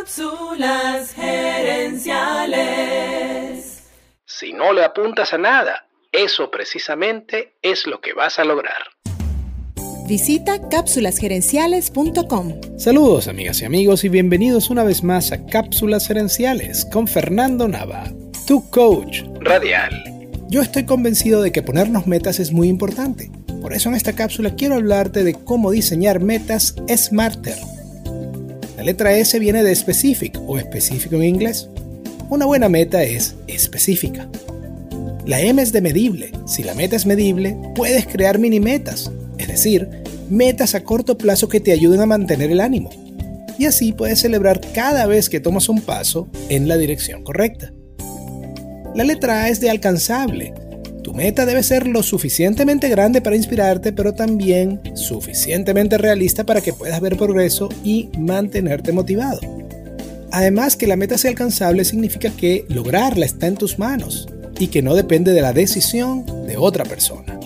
Cápsulas gerenciales. Si no le apuntas a nada, eso precisamente es lo que vas a lograr. Visita cápsulasgerenciales.com. Saludos amigas y amigos y bienvenidos una vez más a Cápsulas Gerenciales con Fernando Nava, tu coach radial. Yo estoy convencido de que ponernos metas es muy importante. Por eso en esta cápsula quiero hablarte de cómo diseñar metas smarter. La letra S viene de specific o específico en inglés. Una buena meta es específica. La M es de medible. Si la meta es medible, puedes crear mini metas, es decir, metas a corto plazo que te ayuden a mantener el ánimo. Y así puedes celebrar cada vez que tomas un paso en la dirección correcta. La letra A es de alcanzable. Tu meta debe ser lo suficientemente grande para inspirarte, pero también suficientemente realista para que puedas ver progreso y mantenerte motivado. Además, que la meta sea alcanzable significa que lograrla está en tus manos y que no depende de la decisión de otra persona.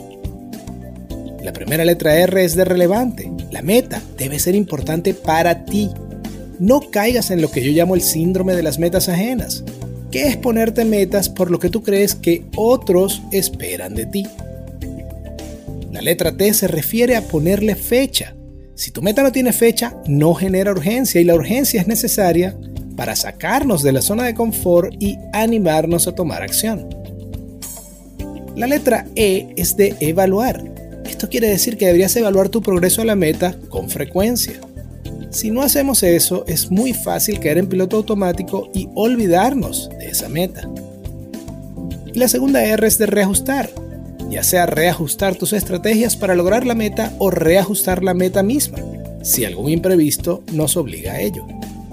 La primera letra R es de relevante. La meta debe ser importante para ti. No caigas en lo que yo llamo el síndrome de las metas ajenas, que es ponerte metas por lo que tú crees que otros esperan de ti. La letra T se refiere a ponerle fecha. Si tu meta no tiene fecha, no genera urgencia, y la urgencia es necesaria para sacarnos de la zona de confort y animarnos a tomar acción. La letra E es de evaluar. Esto quiere decir que deberías evaluar tu progreso a la meta con frecuencia. Si no hacemos eso, es muy fácil caer en piloto automático y olvidarnos de esa meta. Y la segunda R es de reajustar, ya sea reajustar tus estrategias para lograr la meta o reajustar la meta misma, si algún imprevisto nos obliga a ello.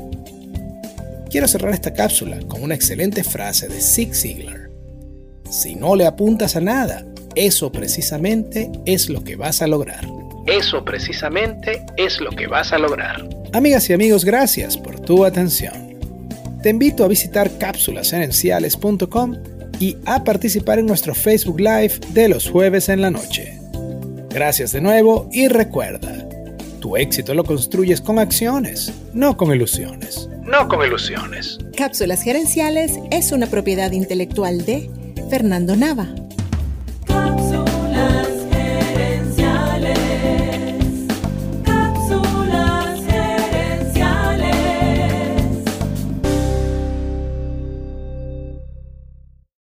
Quiero cerrar esta cápsula con una excelente frase de Zig Ziglar. Si no le apuntas a nada, eso precisamente es lo que vas a lograr. Eso precisamente es lo que vas a lograr. Amigas y amigos, gracias por tu atención. Te invito a visitar cápsulasgerenciales.com y a participar en nuestro Facebook Live de los jueves en la noche. Gracias de nuevo y recuerda, tu éxito lo construyes con acciones, no con ilusiones. No con ilusiones. Cápsulas Gerenciales es una propiedad intelectual de Fernando Nava.